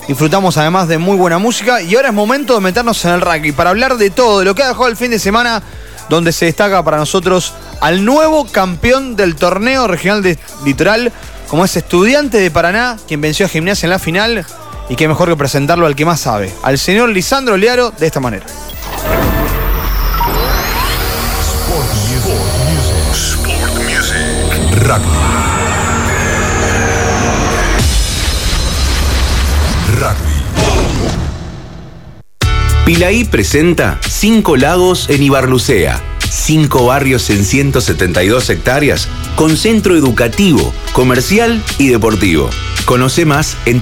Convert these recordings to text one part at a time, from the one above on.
disfrutamos además de muy buena música y ahora es momento de meternos en el rugby para hablar de todo, de lo que ha dejado el fin de semana, donde se destaca para nosotros al nuevo campeón del torneo regional de Litoral, como es Estudiantes de Paraná, quien venció a Gimnasia en la final, y qué mejor que presentarlo al que más sabe, al señor Lisandro Learo, de esta manera. Sport Music. Rugby. Pilaí presenta 5 lagos en Ibarlucea, 5 barrios en 172 hectáreas, con centro educativo, comercial y deportivo. Conoce más en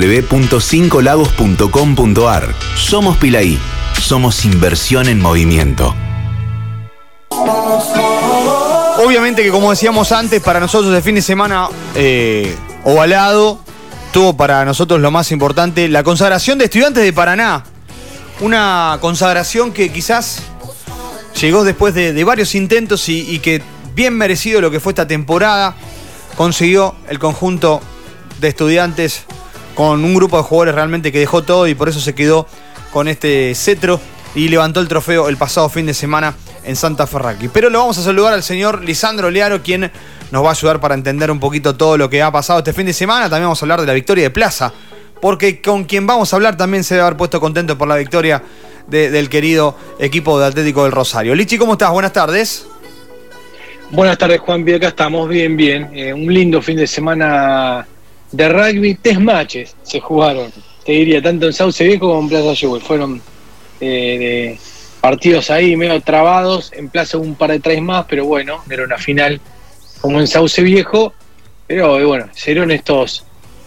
www.cincolagos.com.ar. Somos Pilaí, somos inversión en movimiento. Obviamente que, como decíamos antes, para nosotros el fin de semana ovalado tuvo para nosotros lo más importante, la consagración de Estudiantes de Paraná. Una consagración que quizás llegó después de varios intentos y que, bien merecido lo que fue esta temporada, consiguió el conjunto de Estudiantes con un grupo de jugadores realmente que dejó todo y por eso se quedó con este cetro y levantó el trofeo el pasado fin de semana en Santa Fe Rugby. Pero lo vamos a saludar al señor Lisandro Learo, quien nos va a ayudar para entender un poquito todo lo que ha pasado este fin de semana. También vamos a hablar de la victoria de Plaza, porque con quien vamos a hablar también se debe haber puesto contento por la victoria del querido equipo de Atlético del Rosario. Lichi, ¿cómo estás? Buenas tardes. Buenas tardes, Juanpi, acá estamos bien. Un lindo fin de semana de rugby. 3 matches se jugaron, te diría, tanto en Sauce Viejo como en Plaza Jewel. Fueron de partidos ahí medio trabados. En Plaza un par de 3 más, pero bueno, era una final como en Sauce Viejo. Pero bueno, se dieron estos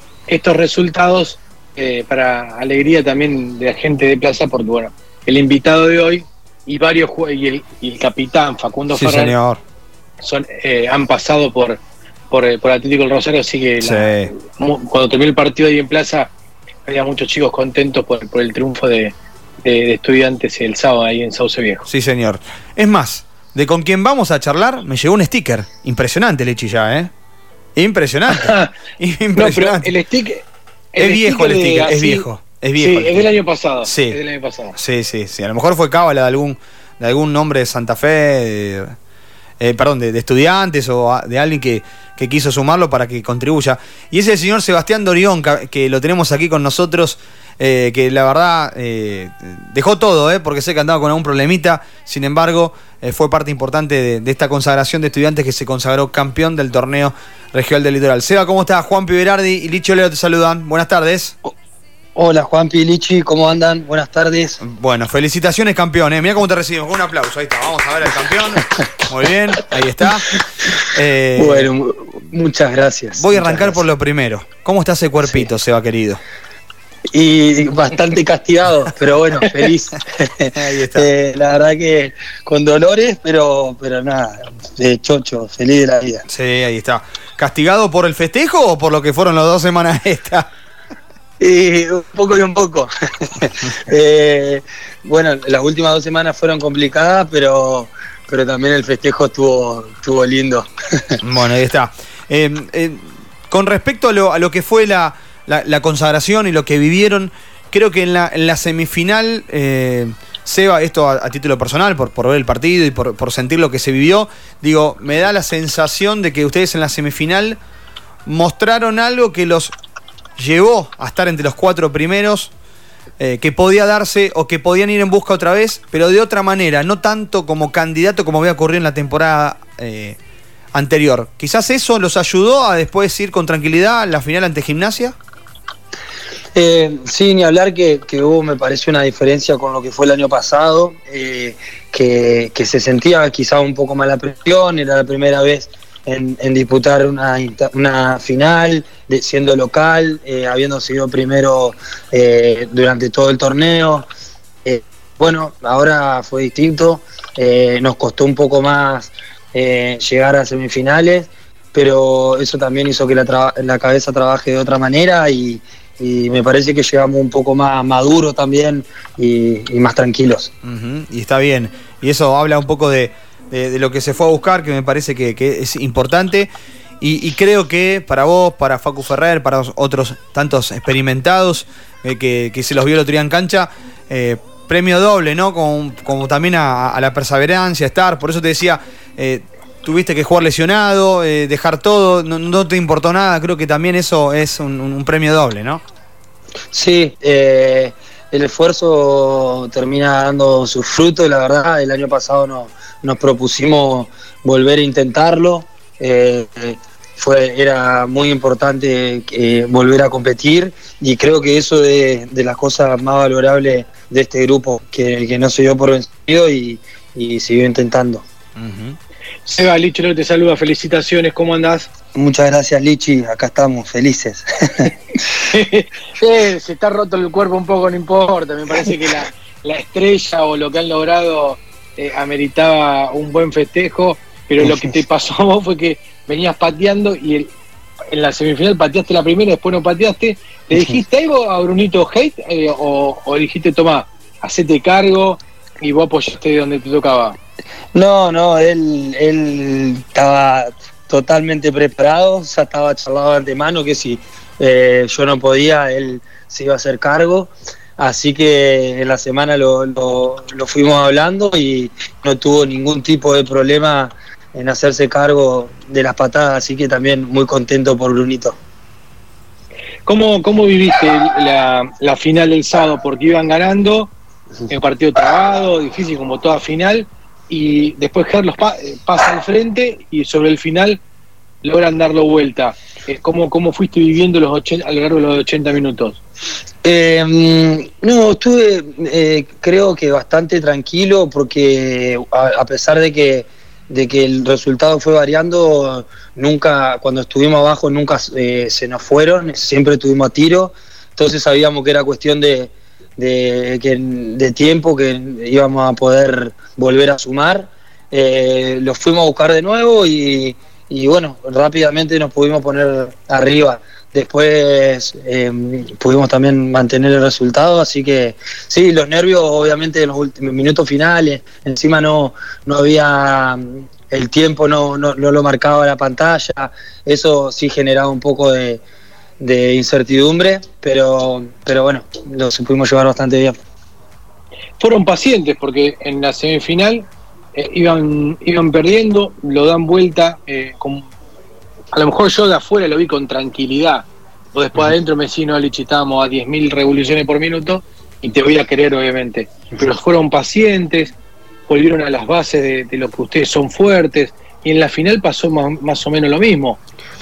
resultados para alegría también de la gente de Plaza, porque bueno, el invitado de hoy y el capitán Facundo Ferrer, señor, han pasado por Atlético del Rosario, así que cuando terminó el partido ahí en Plaza había muchos chicos contentos por el triunfo de Estudiantes el sábado ahí en Sauce Viejo. Sí, señor. Es más, de con quien vamos a charlar me llegó un sticker impresionante, Lichi, ya, Impresionante. Impresionante. No, pero el sticker es viejo, el sticker, es viejo. Es viejo. Sí, es del año pasado. Sí. Es del año pasado. Sí. A lo mejor fue cábala de algún nombre de Santa Fe, de Estudiantes o de alguien que quiso sumarlo para que contribuya. Y ese señor Sebastián Dorión, que lo tenemos aquí con nosotros, que la verdad dejó todo, porque sé que andaba con algún problemita. Sin embargo, fue parte importante de esta consagración de Estudiantes, que se consagró campeón del torneo regional del Litoral. Seba, ¿cómo estás? Juanpi Berardi y Lichi Olero te saludan. Buenas tardes. Hola Juanpi y Lichi, ¿cómo andan? Buenas tardes. Bueno, felicitaciones, campeón. Mirá cómo te recibimos, con un aplauso. Ahí está, vamos a ver al campeón. Muy bien, ahí está. Bueno, muchas gracias. Voy a arrancar por lo primero. ¿Cómo está ese cuerpito, Seba, querido? Y bastante castigado, pero bueno, feliz. Ahí está. La verdad que con dolores, pero nada, chocho, feliz de la vida. Sí, ahí está. ¿Castigado por el festejo o por lo que fueron las 2 semanas estas? Un poco y un poco. Bueno, las últimas 2 semanas fueron complicadas, pero también el festejo estuvo lindo. Bueno, ahí está. Con respecto a lo que fue la consagración y lo que vivieron, creo que en la semifinal, Seba, esto a título personal, por ver el partido y por sentir lo que se vivió, digo, me da la sensación de que ustedes en la semifinal mostraron algo que los llevó a estar entre los 4 primeros, que podía darse o que podían ir en busca otra vez, pero de otra manera, no tanto como candidato como había ocurrido en la temporada anterior. Quizás eso los ayudó a después ir con tranquilidad a la final ante Gimnasia. Sí, ni hablar que hubo, me pareció, una diferencia con lo que fue el año pasado, que se sentía quizá un poco más la presión, era la primera vez en disputar una final, siendo local, habiendo sido primero durante todo el torneo. Bueno, ahora fue distinto, nos costó un poco más llegar a semifinales, pero eso también hizo que la cabeza trabaje de otra manera y me parece que llegamos un poco más maduros también y más tranquilos. Uh-huh. Y está bien, y eso habla un poco de lo que se fue a buscar, que me parece que es importante, y creo que para vos, para Facu Ferrer, para otros tantos experimentados, que se los vio el otro día en cancha. Premio doble, ¿no? Como también a la perseverancia, estar. Por eso te decía, tuviste que jugar lesionado, dejar todo, no te importó nada. Creo que también eso es un premio doble, ¿no? Sí, el esfuerzo termina dando sus frutos. La verdad, el año pasado nos propusimos volver a intentarlo. Era muy importante volver a competir, y creo que eso es de las cosas más valorables de este grupo, que no se dio por vencido y siguió intentando. Uh-huh. Seba, Lichi te saluda, felicitaciones, ¿cómo andás? Muchas gracias, Lichi, acá estamos, felices. Se está roto el cuerpo un poco, no importa, me parece que la estrella o lo que han logrado ameritaba un buen festejo, pero lo que te pasó a vos fue que venías pateando y en la semifinal pateaste la primera, después no pateaste. ¿Le dijiste algo a Brunito Hate o dijiste, tomá, hacete cargo y vos apoyaste donde te tocaba? No, él estaba totalmente preparado, ya estaba charlado de antemano que si yo no podía, él se iba a hacer cargo. Así que en la semana lo fuimos hablando y no tuvo ningún tipo de problema en hacerse cargo de las patadas, así que también muy contento por Brunito. ¿Cómo viviste la final del sábado? Porque iban ganando, el partido trabado, difícil como toda final, y después Carlos pasa al frente y sobre el final logran darlo vuelta. ¿Cómo fuiste viviendo a lo largo de los 80 minutos? Estuve creo que bastante tranquilo, porque a pesar de que el resultado fue variando, nunca, cuando estuvimos abajo, nunca se nos fueron, siempre estuvimos a tiro. Entonces sabíamos que era cuestión de tiempo, que íbamos a poder volver a sumar. Los fuimos a buscar de nuevo y bueno, rápidamente nos pudimos poner arriba. Después pudimos también mantener el resultado, así que sí, los nervios obviamente en los últimos minutos finales, encima no había el tiempo, no lo marcaba la pantalla, eso sí generaba un poco de incertidumbre, pero bueno, lo supimos llevar bastante bien. Fueron pacientes porque en la semifinal iban perdiendo, lo dan vuelta a lo mejor yo de afuera lo vi con tranquilidad, o después adentro me decía, no, Lichi, estábamos a 10.000 revoluciones por minuto y te voy a querer, obviamente. Pero fueron pacientes, volvieron a las bases de lo que ustedes son fuertes, y en la final pasó más o menos lo mismo.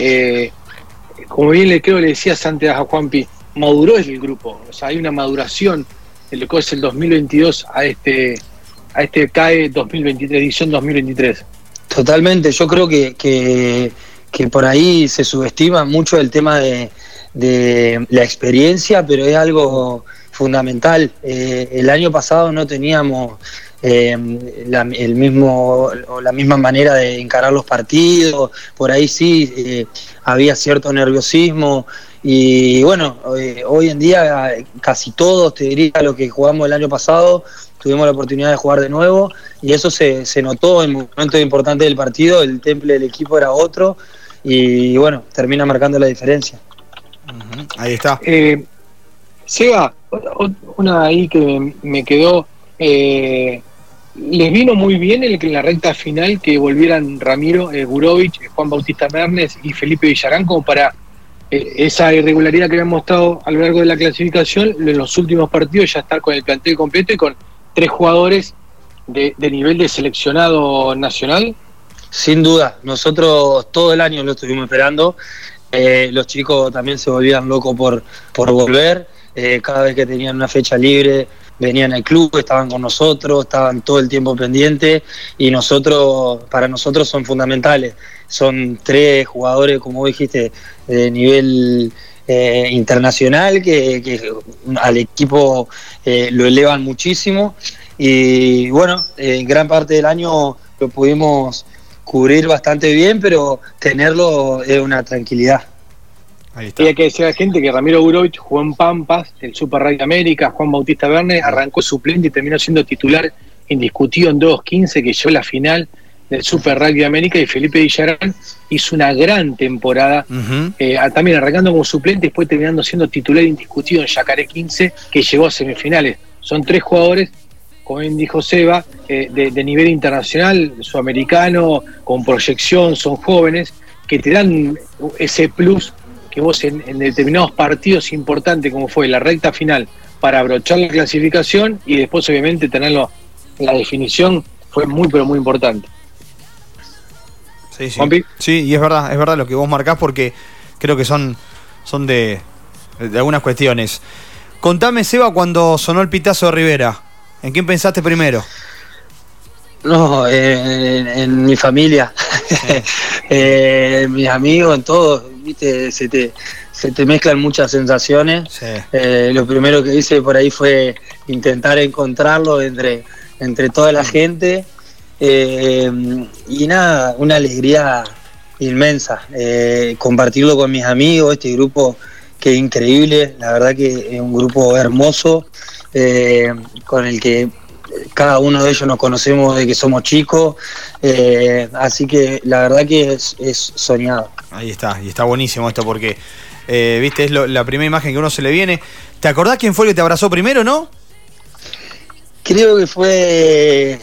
Como bien le decías antes a Juanpi, maduró el grupo, o sea, hay una maduración de lo que es el 2022 a este CAE 2023, edición 2023. Totalmente, yo creo que por ahí se subestima mucho el tema de la experiencia, pero es algo fundamental. El año pasado no teníamos la misma manera de encarar los partidos, por ahí sí había cierto nerviosismo, y bueno, hoy en día casi todos, te diría, lo que jugamos el año pasado, tuvimos la oportunidad de jugar de nuevo, y eso se notó en momentos importantes del partido. El temple del equipo era otro, y bueno, termina marcando la diferencia. Uh-huh. Ahí está. Seba, una ahí que me quedó, les vino muy bien en la recta final que volvieran Ramiro Gurovich, Juan Bautista Mernes y Felipe Villarán, como para esa irregularidad que habían mostrado a lo largo de la clasificación en los últimos partidos, ya estar con el plantel completo y con 3 jugadores de nivel de seleccionado nacional. Sin duda, nosotros todo el año lo estuvimos esperando. Los chicos también se volvían locos por volver. Cada vez que tenían una fecha libre venían al club, estaban con nosotros, estaban todo el tiempo pendientes, y para nosotros son fundamentales. Son 3 jugadores, como vos dijiste, de nivel internacional, que al equipo lo elevan muchísimo, y bueno, gran parte del año lo pudimos cubrir bastante bien, pero tenerlo es una tranquilidad. Ahí está. Y hay que decir a la gente que Ramiro Gurovich jugó en Pampas, el Super Rugby América. Juan Bautista Mernes arrancó suplente y terminó siendo titular indiscutido en 2-15, que llegó a la final del Super Rugby América, y Felipe Villarán hizo una gran temporada, también arrancando como suplente y después terminando siendo titular indiscutido en Yacaré 15, que llegó a semifinales. Son 3 jugadores, como bien dijo Seba, de nivel internacional, sudamericano, con proyección, son jóvenes, que te dan ese plus que vos en determinados partidos importantes, como fue la recta final, para abrochar la clasificación y después obviamente tenerlo en la definición, fue muy pero muy importante. Sí, sí. Sí, y es verdad lo que vos marcás, porque creo que son de algunas cuestiones. Contame, Seba, cuando sonó el pitazo de Rivera, ¿en quién pensaste primero? No, en mi familia, en mis amigos, en todo, viste, se te mezclan muchas sensaciones. Sí. Lo primero que hice por ahí fue intentar encontrarlo entre toda la gente, y nada, una alegría inmensa, compartirlo con mis amigos, este grupo que es increíble, la verdad que es un grupo hermoso, con el que cada uno de ellos nos conocemos desde que somos chicos, así que la verdad que es soñado. Ahí está, y está buenísimo esto porque, viste, es la primera imagen que a uno se le viene. ¿Te acordás quién fue el que te abrazó primero, no? Creo que fue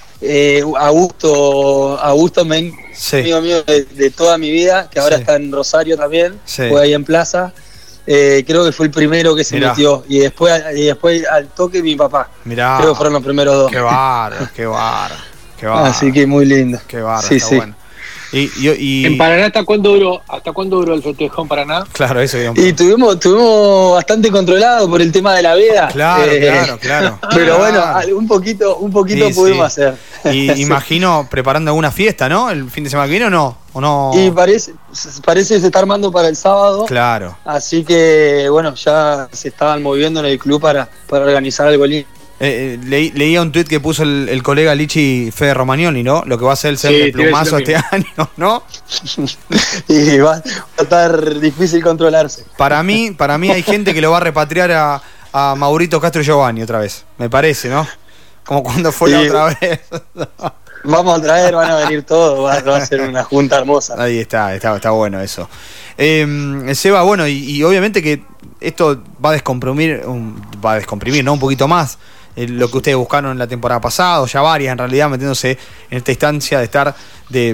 Augusto Men, sí, amigo mío de toda mi vida, que ahora sí, está en Rosario también, sí, fue ahí en Plaza. Creo que fue el primero que se mirá, metió, y después al toque mi papá. Mirá, creo que fueron los primeros 2. Qué bárbaro, qué bárbaro, qué bárbaro. Así que muy lindo. Qué bárbaro, sí, está sí. bueno. Y ¿En Paraná hasta cuándo duró el festejo en Paraná? Claro, eso digamos. Y tuvimos bastante controlado por el tema de la veda. Claro. Pero bueno, un poquito Sí, pudimos hacer. Y Sí. imagino preparando alguna fiesta, ¿no? ¿El fin de semana que viene o no? Y parece que se está armando para el sábado. Claro. Así que bueno, ya se estaban moviendo en el club para organizar algo lindo. Leía un tuit que puso el colega Lichi Fede Romagnoli, ¿no? Lo que va a ser el ser de plumazo este año, ¿no? Y va a estar difícil controlarse. Para mí hay gente que lo va a repatriar a Maurito Castro Giovanni otra vez, me parece, ¿no? Como cuando fue la otra vez. Vamos a traer, van a venir todos, va a ser una junta hermosa. Ahí está bueno eso. Seba, bueno, y obviamente que esto va a descomprimir, ¿no? Un poquito más lo que ustedes buscaron en la temporada pasada, o ya varias en realidad, metiéndose en esta instancia de estar de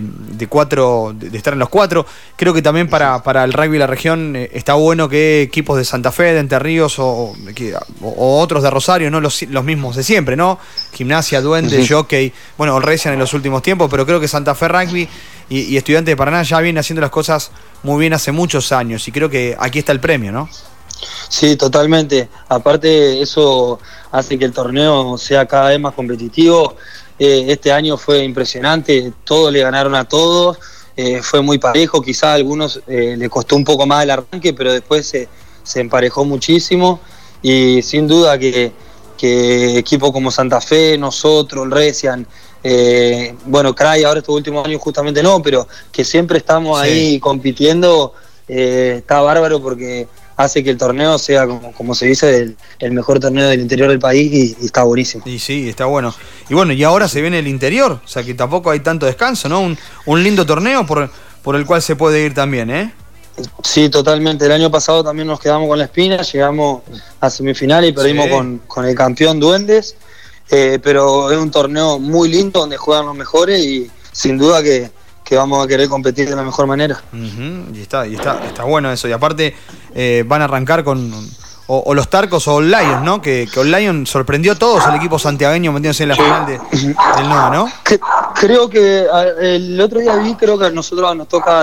estar en los 4. Creo que también para el rugby de la región está bueno que equipos de Santa Fe, de Entre Ríos o otros de Rosario, no los mismos de siempre, ¿no? Gimnasia, Duendes, Jockey, bueno, Olresian en los últimos tiempos, pero creo que Santa Fe Rugby y Estudiantes de Paraná ya vienen haciendo las cosas muy bien hace muchos años, y creo que aquí está el premio, ¿no? Sí, totalmente. Aparte, eso hace que el torneo sea cada vez más competitivo. Este año fue impresionante, todos le ganaron a todos, fue muy parejo, quizá a algunos le costó un poco más el arranque, pero después se emparejó muchísimo, y sin duda que equipos como Santa Fe, nosotros, el Resian, bueno, Cray ahora estos últimos años justamente no, pero que siempre estamos ahí compitiendo, está bárbaro porque hace que el torneo sea, como se dice, el mejor torneo del interior del país, y está buenísimo. Y sí, está bueno. Y bueno, y ahora se viene el interior, o sea que tampoco hay tanto descanso, ¿no? Un lindo torneo por el cual se puede ir también, ¿eh? Sí, totalmente. El año pasado también nos quedamos con la espina, llegamos a semifinales y perdimos con el campeón Duendes, pero es un torneo muy lindo donde juegan los mejores, y sin duda que vamos a querer competir de la mejor manera. Y está bueno eso. Y aparte van a arrancar con o los Tarcos o All Lions, ¿no? Que All Lions sorprendió a todos el equipo santiagueño metiéndose en la final del NOA, ¿no? Creo que el otro día creo que a nosotros nos toca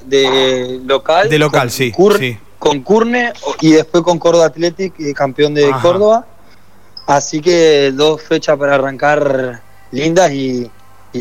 de local. De local, sí. Con Curne y después con Córdoba Athletic, campeón de Córdoba. Así que 2 fechas para arrancar lindas y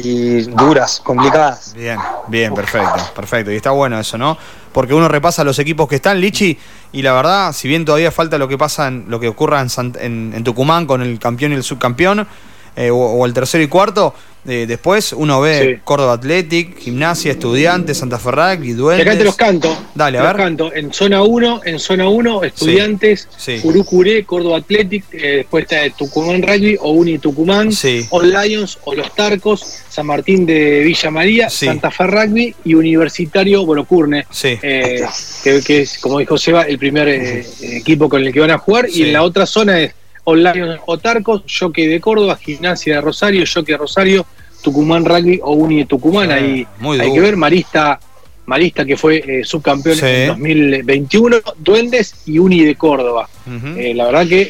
duras, complicadas. Bien, perfecto. Y está bueno eso, ¿no? Porque uno repasa los equipos que están, Lichi, y la verdad, si bien todavía falta lo que ocurra en Tucumán con el campeón y el subcampeón, o el tercero y cuarto. Después uno ve Sí. Córdoba Athletic, Gimnasia, Estudiantes, Santa Fe Rugby, Y Duendes. acá te los canto. Dale, a Te los ver. canto. En zona 1, Estudiantes, Sí. Urucuré, Córdoba Athletic, después está Tucumán Rugby o Uni Tucumán, Sí. All Lions o Los Tarcos, San Martín de Villa María, Sí. Santa Fe Rugby y Universitario, bueno, Curne, Sí. que es, como dijo Seba, el primer equipo con el que van a jugar. Sí. Y en la otra zona es All Lions o Tarcos, Jockey de Córdoba, Gimnasia de Rosario, Jockey de Rosario, Tucumán Rugby o Uni de Tucumán. Ahí muy hay duro. que ver. Marista que fue subcampeón Sí. en 2021, Duendes y Uni de Córdoba. Ujú. La verdad que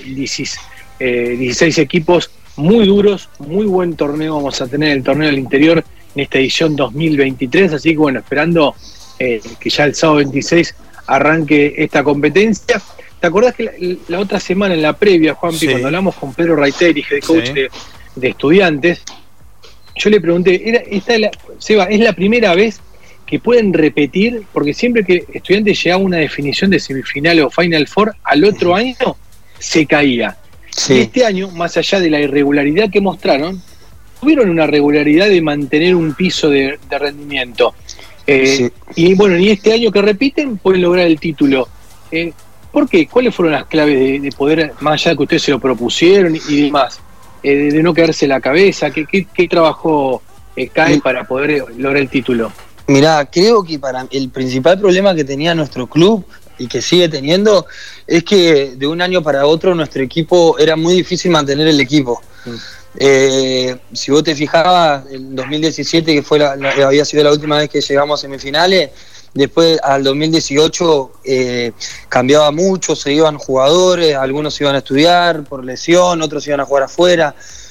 16 equipos muy duros, muy buen torneo vamos a tener, el torneo del interior en esta edición 2023, así que bueno, esperando que ya el sábado 26 arranque esta competencia. ¿Te acordás que la otra semana en la previa, Juanpi, Sí. cuando hablamos con Pedro Raiteri, head coach Sí. de Estudiantes, yo le pregunté, Seba, ¿es la primera vez que pueden repetir? Porque siempre que Estudiantes llegaba a una definición de semifinal o Final Four, al otro año se caía. Y Sí. este año, más allá de la irregularidad que mostraron, tuvieron una regularidad de mantener un piso de rendimiento. Sí. Y bueno, y este año que repiten, pueden lograr el título. ¿Por qué? ¿Cuáles fueron las claves de poder, más allá de que ustedes se lo propusieron y demás, de no quedarse la cabeza? ¿Qué trabajo cae para poder lograr el título? Mirá, creo que para el principal problema que tenía nuestro club y que sigue teniendo es que de un año para otro nuestro equipo era muy difícil mantener el equipo. Si vos te fijabas, el 2017, que fue había sido la última vez que llegamos a semifinales, después al 2018 cambiaba mucho, se iban jugadores, algunos iban a estudiar por lesión, otros iban a jugar afuera,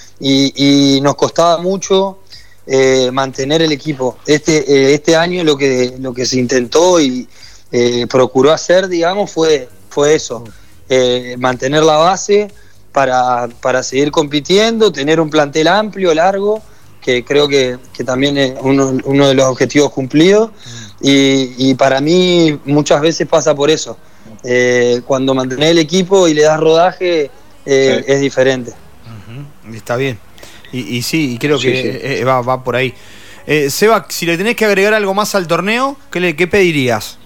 y nos costaba mucho mantener el equipo. Este año lo que se intentó y procuró hacer, digamos, fue eso, mantener la base para seguir compitiendo, tener un plantel amplio, largo, que creo que también es uno de los objetivos cumplidos, y para mí muchas veces pasa por eso. Cuando mantenés el equipo y le das rodaje, es diferente. Ujú. Está bien. Y sí, y creo Sí, que va por ahí. Seba, si le tenés que agregar algo más al torneo, ¿qué pedirías?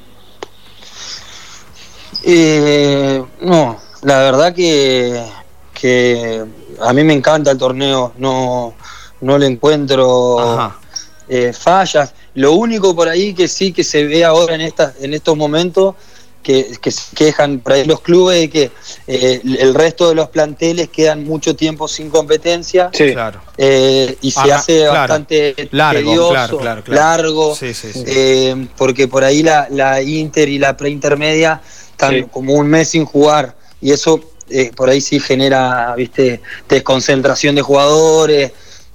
No, la verdad que a mí me encanta el torneo, no le encuentro fallas. Lo único por ahí que sí que se ve ahora en estos momentos, que se quejan por ahí los clubes, es que el resto de los planteles quedan mucho tiempo sin competencia. Sí. Claro. Y se hace bastante largo, tedioso, claro. largo, Sí. porque por ahí la Inter y la preintermedia están Sí. como un mes sin jugar, y eso por ahí sí genera, viste, desconcentración de jugadores.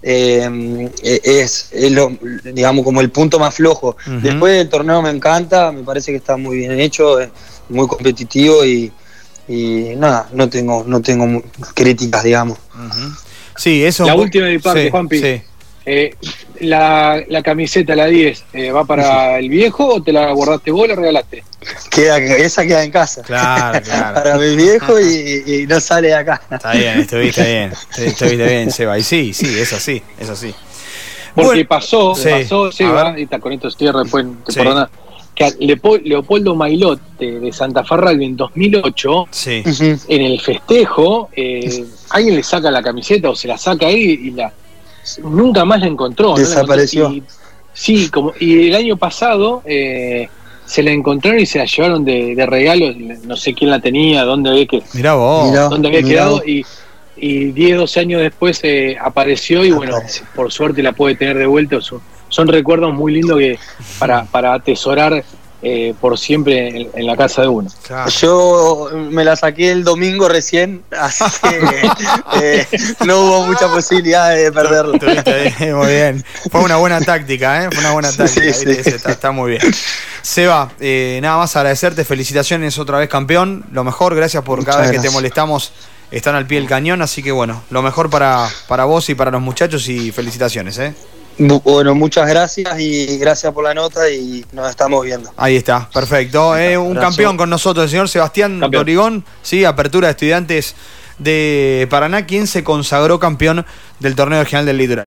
Es digamos, como el punto más flojo. Ujú. Después del torneo me encanta, me parece que está muy bien hecho, es muy competitivo, y nada, no tengo críticas, digamos. Ujú. Sí, eso. La última de mi parte, Sí, Juanpi. sí. La camiseta, la 10, ¿va para el viejo o te la guardaste vos o la regalaste? Esa queda en casa. Claro. Para mi viejo, y no sale de acá. Está bien, estuviste bien, Seba. Y sí, es así. Porque Bueno, pasó, a Seba, ver. y con esto cierro, después te Sí. perdona, que a Leopoldo Mailot de Santa Fe Rugby en 2008, Sí. Ujú. en el festejo, alguien le saca la camiseta o se la saca ahí y nunca más la encontró. ¿no? Desapareció. Y el año pasado se la encontraron y se la llevaron de regalo, no sé quién la tenía, dónde había Mirá. quedado, y 10, 12 años después apareció y bueno, Apareció. por suerte la puede tener de vuelta. Son recuerdos muy lindos que para atesorar por siempre en la casa de uno. Claro. Yo me la saqué el domingo recién, así que no hubo mucha posibilidad de perderlo. Estuviste bien, muy bien. Fue una buena táctica, Fue una buena táctica. Sí. Está muy bien. Seba, nada más agradecerte, felicitaciones otra vez, campeón. Lo mejor, gracias por Muchas cada vez que te gracias. molestamos. Están al pie del cañón, así que bueno, lo mejor para vos y para los muchachos, y felicitaciones, Bueno, muchas gracias, y gracias por la nota, y nos estamos viendo. Ahí está, perfecto. Un Abrazo. campeón con nosotros, el señor Sebastián Campeón. Dorigón, sí, apertura de Estudiantes de Paraná, quien se consagró campeón del torneo regional del Litoral.